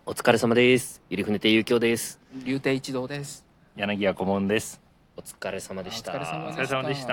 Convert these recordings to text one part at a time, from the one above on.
お疲れ様です。入船亭遊興です。 竜亭一同です。 柳家顧問です。 お疲れ様でした。 お疲れ様お疲れ様でした。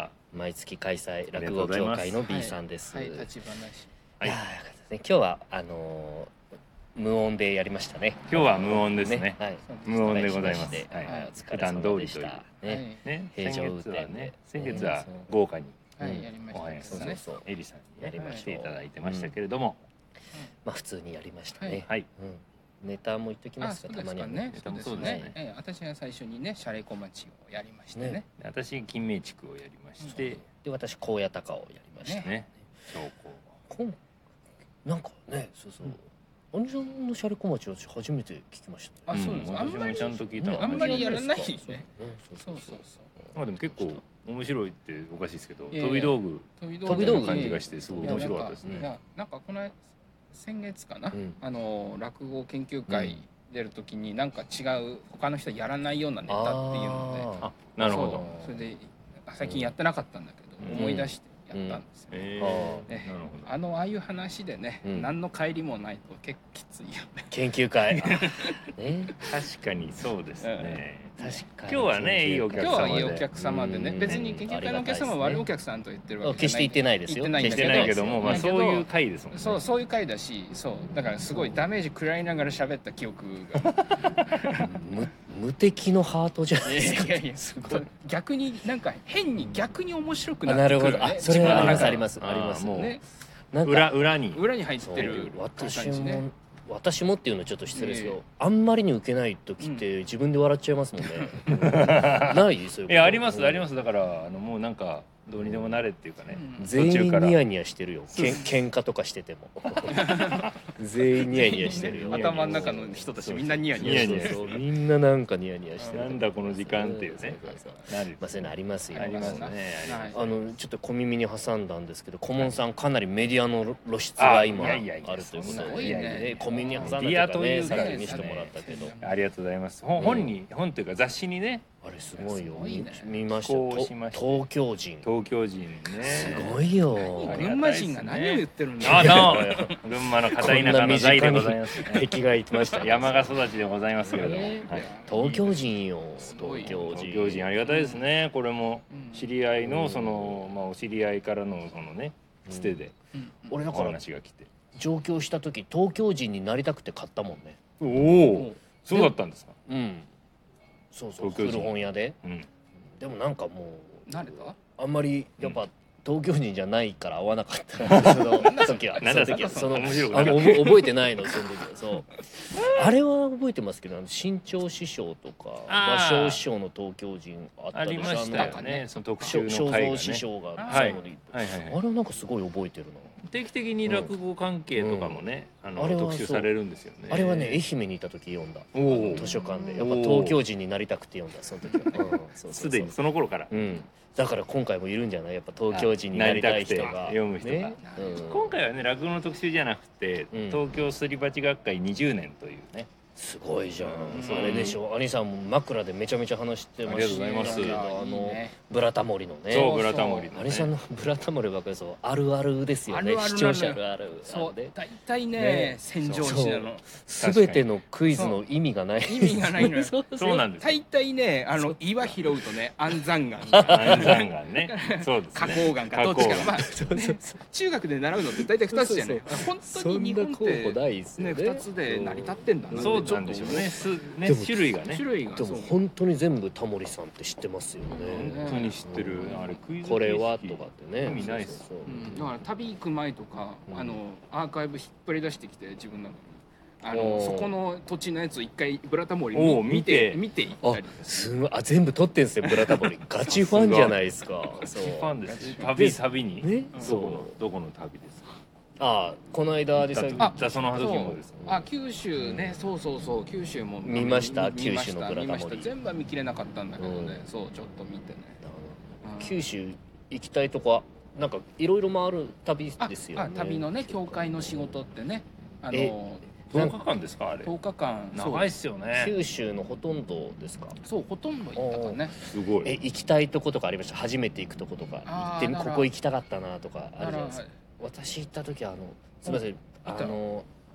毎月開催落語協会の B さんです。 はい、立花氏。 はい。今日は無音でやりましたね。 今日は無音ですね。 はい。 無音でございます。 はい。 普段通りというね。平常運転で。 先月は豪華にやりましたね。 そう。 エリさんにやりましていただいてましたけれども、 まあ普通にやりましたね。 はい。 ネタも言っときますか、たまにはね。 そうですね。 私が最初にね、シャレ小町をやりましてね。 私金明地区をやりまして、 で私高野高をやりましたね。 標高。 なんかね、そうそう。兄さんのシャレ小町を初めて聞きました。 あ、そうです。 あんまりちゃんと聞いた。 あんまりやらないね。そう。 まあでも結構面白いっておかしいですけど、飛び道具の感じがしてすごい面白かったですね。 なんかこの先月かな、落語研究会出るときになんか違う他の人やらないようなネタっていうので、 なるほど。 それで最近やってなかったんだけど、思い出してやったんですよ。ああいう話でね、何の帰りもないと結構きついよね。 研究会。 確かにそうですね。 確かに。 今日はね、いいお客様でね、別に研究会のお客様は悪いお客さんと言ってるわけ決して言ってないですよ。 決してないけども、まあそういう回ですもんね。 そういう回だし、そうだからすごいダメージ食らいながら喋った記憶が。 無敵のハートじゃないですか。 いやすごい。逆になんか変に逆に面白くなってくる。なるほど。それはありますね。 裏に入ってる私もっていうのはちょっと失礼ですけど、あんまりに受けない時って自分で笑っちゃいますもんね。ないそういうこと。 いやありますだからもうなんかどうにでもなれっていうかね。 全員ニヤニヤしてるよ。喧嘩とかしてても。全員ニヤニヤしてるよ。 頭の中の人たちみんなニヤニヤしてる。 みんななんかニヤニヤしてる。 なんだこの時間っていうね。 まあそういうのありますよ。 ありますね。 ちょっと小耳に挟んだんですけど、顧問さんかなりメディアの露出が今あるということで、小耳に挟んだというかね、さっき見せてもらったけど。 ありがとうございます。本というか雑誌にね。 あれすごいよ。見ました。東京人ね。 すごいよ。 群馬人が何を言ってるんだ。 群馬の片田舎の在でございます。 敵が言ってました。 山鹿育ちでございますけれども。 東京人よ。東京人ありがたいですね。これも知り合いのお知り合いからのねつてで俺だから話が来て上京した時東京人になりたくて買ったもんね。 おお、そうだったんですか。 そう古本屋で。でもなんかもう慣れた？ あんまりやっぱ東京人じゃないから合わなかったその時は覚えてないのその時は。そうあれは覚えてますけど、新潮師匠とか芭蕉師匠の東京人ありましたよね。その特集の会がね。 正蔵師匠が最後にあれはなんかすごい覚えてるな。 定期的に落語関係とかもね、特集されるんですよね。 あれはね、愛媛にいた時読んだ。図書館でやっぱ東京人になりたくて読んだその時は。 すでにその頃から。 だから今回もいるんじゃない？やっぱ東京人になりたい人が読む人が。今回はね落語の特集じゃなくて、東京すり鉢学会20年というね。 すごいじゃん。あれでしょ。兄さんも枕でめちゃめちゃ話してましたけど、ブラタモリのね。 そうブラタモリ。 兄さんのブラタモリばっかりそうあるあるですよね。視聴者あるある。 そう大体ね戦場地なの。 すべてのクイズの意味がない。 意味がないのよ。 そうなんです。 大体ね岩拾うとね安山岩。 安山岩ね。そうです。 花崗岩かどっちか。まあ中学で習うのって大体2つじゃない。本当に日本ってね2つで成り立ってんだな。 そうなんでしょうね。種類がね。 でも本当に全部タモリさんって知ってますよね。 本当に知ってる。あれクイズこれはとかってね。 意味ないっす。 だから旅行く前とかアーカイブ引っ張り出してきて自分のそこの土地のやつを一回ブラタモリ見ていったり。 すごい全部撮ってんすよブラタモリ。ガチファンじゃないですか。 ガチファンです。旅にね。どこの旅ですか。 この間でさその時もです。 九州ね。そう九州も見ました。九州のブラタモリ全部は見切れなかったんだけどね。そうちょっと見てね。 九州行きたいとこはなんかいろいろ回る旅ですよね。 旅のね教会の仕事ってね 10日間ですかあれ。 10日間長いっすよね。 九州のほとんどですか。 そうほとんど行ったからね。 すごい。 行きたいとことかありました。初めて行くとことか行ってここ行きたかったなとかあるじゃないですか。私行った時はすみません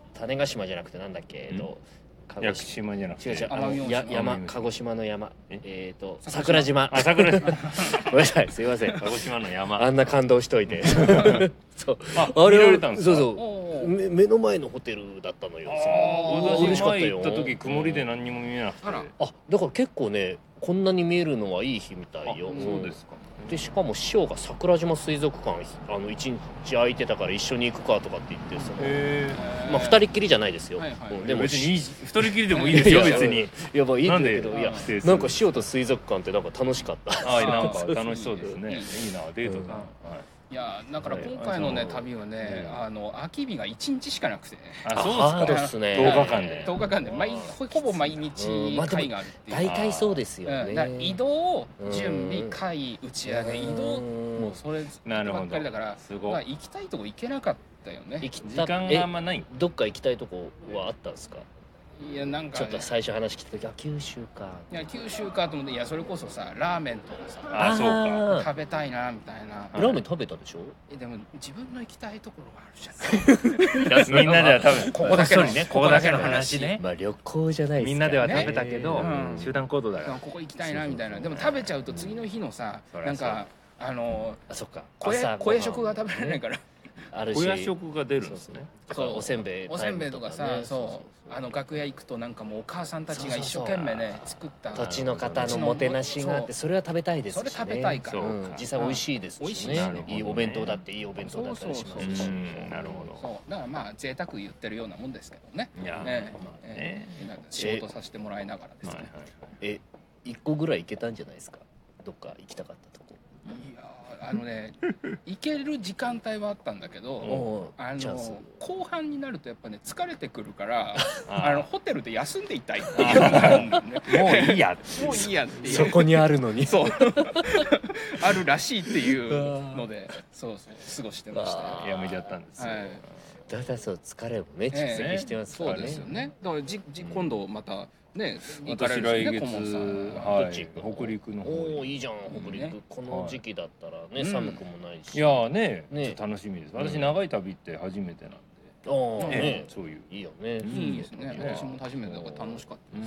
種子島じゃなくてなんだっけ、 屋久島じゃなくて違う山、鹿児島の山、桜島。 桜島。 ごめんなさい、すいません。 鹿児島の山。 あんな感動しといて。そう。 あれ見られたんですか。 そうそう。目の前のホテルだったのよ。 私前行った時曇りで何にも見えなくて。 だから結構ね、こんなに見えるのはいい日みたいよ。 そうですか。 でしかも師匠が桜島水族館一日空いてたから一緒に行くかとかって言ってさ、まあ二人っきりじゃないですよ。 でも別に二人きりでもいいですよ別に。 いやまあいいんだけど、いやなんか師匠と水族館ってなんか楽しかった。 なんか楽しそうですね。いいなデートだ。 いやだから今回のね旅はね空き日が1日しかなくて、 そうですね。 10日間でほぼ毎日会があるっていう。 大体そうですよね。 移動準備会打ち上げ移動もうそればっかりだから行きたいとこ行けなかったよね。 時間があんまない。 どっか行きたいとこはあったんですか。 いやなんかちょっと最初話聞いた時九州か。 いや九州かと思って、いやそれこそさラーメンとかさ、 そうか食べたいなみたいな。 ラーメン食べたでしょ。 でも自分の行きたいところがあるじゃない。 みんなでは多分ここだけのね、ここだけの話ね。 まあ旅行じゃないですか。 みんなでは食べたけど集団行動だから。 ここ行きたいなみたいな。でも食べちゃうと次の日のさなんかそっか。 声食が食べられないから。 小屋食が出るんですね。 そうおせんべいとかさ、そう楽屋行くとなんかもうお母さんたちが一生懸命ね作った土地の方のもてなしがあって、それは食べたいですしね。 それ食べたいから実際美味しいですしね。いいお弁当だっていいお弁当だったりしますし。 なるほど。 そうだからまあ贅沢言ってるようなもんですけどね。仕事させてもらいながらですね。 1個ぐらい行けたんじゃないですか。どっか行きたかったとこ。 いや行ける時間帯はあったんだけど後半になるとやっぱね疲れてくるからホテルで休んでいたいっていうのがあるんだよね。 もういいやっていうそこにあるのにそうあるらしいっていうのでそう過ごしてました。 やめちゃったんですよ。 だからそう疲れもね蓄積してますからね。 そうですよね。だから今度またね私来月北陸の方。 いいじゃん北陸。この時期だったらね寒くもないし。 いやね楽しみです。私長い旅って初めてなんで。そういういいよね。 いいですね。私も初めてだから楽しかったです。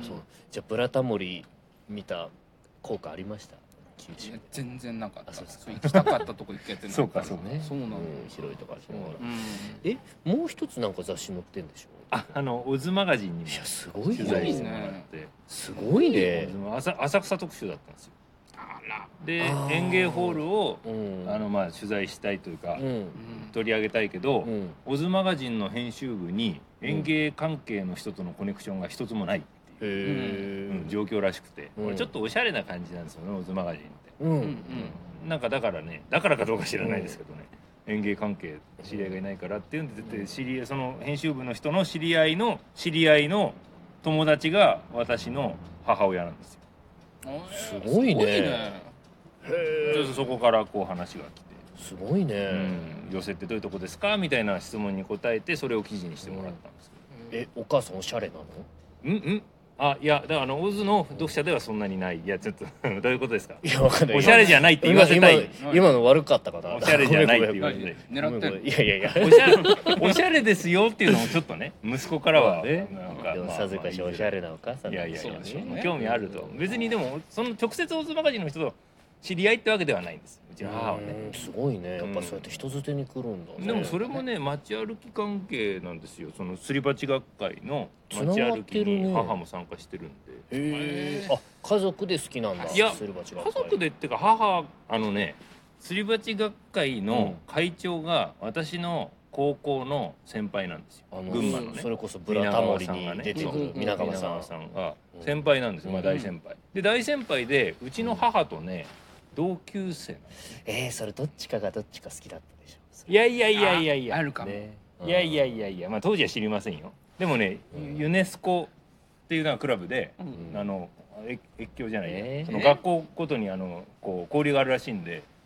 そうじゃあブラタモリ見た効果ありました。 全然なかった。行きたかったとこ行けてない。 そうかそうね。 そうなの。 広いとかしながら。もう一つなんか雑誌載ってんでしょ。 オズマガジンにすごい取材してもらって、 すごいね。 浅草特集だったんですよ。で園芸ホールを取材したいというか取り上げたいけど、オズマガジンの編集部に園芸関係の人とのコネクションが一つもないっていう状況らしくて、ちょっとおしゃれな感じなんですよねオズマガジンって。なんかだからかどうか知らないですけどね、園芸関係知り合いがいないからっていうんでその編集部の人の知り合いの友達が私の母親なんですよ。 すごいね。 そこからこう話が来て、 すごいね。 寄席ってどういうとこですかみたいな質問に答えてそれを記事にしてもらったんですけど。お母さんおしゃれなの？ いやだからオズの読者ではそんなにない。いやちょっとどういうことですか。 いやわかんない。 おしゃれじゃないって言わせたい。 今の悪かったかな。 おしゃれじゃないって言われて。 狙ってる。 いやおしゃれですよっていうのもちょっとね息子からはなんかさぞかしおしゃれなお母さん。 いや興味あると。別にでもその直接オズマガジンの人と知り合いってわけではないんです。うちの母はね。 すごいね。やっぱそうやって人づてに来るんだね。 でもそれもね街歩き関係なんですよ。そのすり鉢学会の街歩きに母も参加してるんで。 家族で好きなんだ。 いや家族でっていうか母すり鉢学会の会長が私の高校の先輩なんですよ。群馬のね。 それこそブラタモリに出てくる皆川さんが先輩なんですよ。大先輩で大先輩でうちの母とね同級生なんです。 それどっちかがどっちか好きだったでしょ。 いやあるかも。 いやまあ当時は知りませんよ。でもねユネスコっていうクラブで越境じゃないその学校ごとにこう交流があるらしいんで、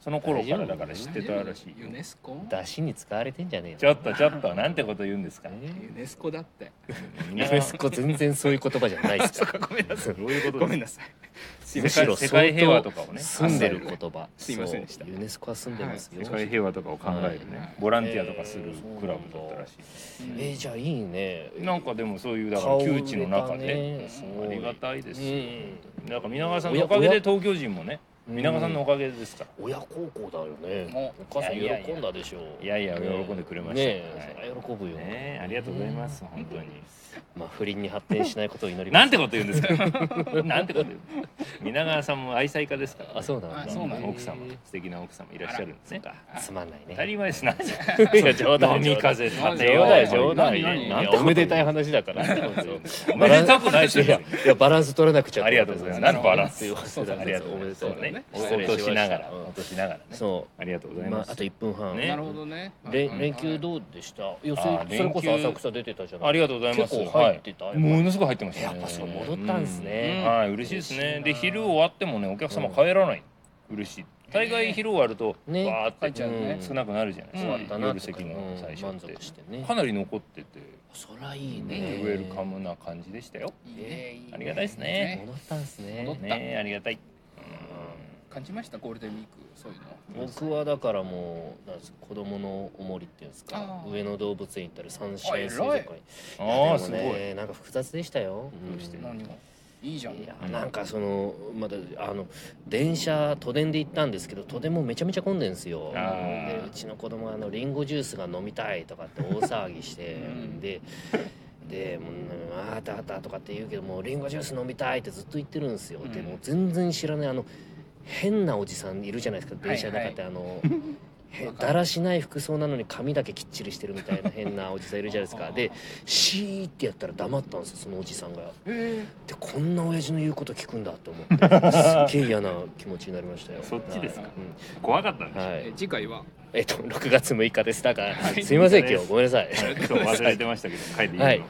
その頃からだから知ってたらしい。 ユネスコ出汁に使われてんじゃねえよ。 ちょっとなんてこと言うんですか。 ユネスコだって。 ユネスコ全然そういう言葉じゃないですか。 ごめんなさい。 どういうこと？ ごめんなさい。 むしろ世界平和とかをね住んでる言葉。 すいませんでした。 ユネスコは住んでますよ。 世界平和とかを考えるね、ボランティアとかするクラブだったらしい。 じゃあいいね。 なんかでもそういうだから窮地の中でありがたいですよ。なんか皆川さんのおかげで東京人もね、皆川さんのおかげですから。 親孝行だよね。お母さん喜んだでしょう。 いやいや喜んでくれました。 ね、喜ぶよ。 ありがとうございます。本当に。 まあ不倫に発展しないことを祈ります。 なんてこと言うんですか。なんてこと言う。皆川さんも愛妻家ですから。 あ、そうなんだ。 奥様、素敵な奥様いらっしゃるんですね。 つまんないね。 当たり前ですな。いや冗談。 飲み風立てよ。冗談。 おめでたい話だから。 おめでたくないですよ。 いやバランス取らなくちゃ。 ありがとうございます。何バランス。 ありがとう。おめでとうね。 落としながらね。 そう。 ありがとうございます。 あと1分半。 なるほどね。 連休どうでした？それこそ浅草出てたじゃない。 ありがとうございます。 結構入ってた。 ものすごい入ってました。 やっぱそう戻ったんですね。 はい、嬉しいですね。で昼終わってもねお客様帰らない。嬉しい。大概昼終わるとわーって少なくなるじゃないですか。夜席の最初ってかなり残ってて、 そりゃいいね。 ウェルカムな感じでしたよ。ありがたいですね。 戻ったんですね。 ね、ありがたい。 感じましたゴールデンウィークそういうの。 僕はだからもう子供のおもりっていうんですか、上野動物園行ったりサンシャイン水族館。 ああすごい。 なんか複雑でしたよ。 どうして何も。いいじゃん。いやなんかまだ電車都電で行ったんですけど、都電もめちゃめちゃ混んでるんですよ。でうちの子供はリンゴジュースが飲みたいとかって大騒ぎしてでもうあたあたとかって言うけどもリンゴジュース飲みたいってずっと言ってるんですよ。でも全然知らない変なおじさんいるじゃないですか、電車の中ってだらしない服装なのに髪だけきっちりしてるみたいな変なおじさんいるじゃないですか。でシーってやったら黙ったんですよ、そのおじさんが。でこんな親父の言うこと聞くんだって思ってすっげえ嫌な気持ちになりましたよ。 そっちですか。怖かったんです。 次回は 6月6日です。だからすいません今日ごめんなさい。 忘れてましたけど書いていいの。 はい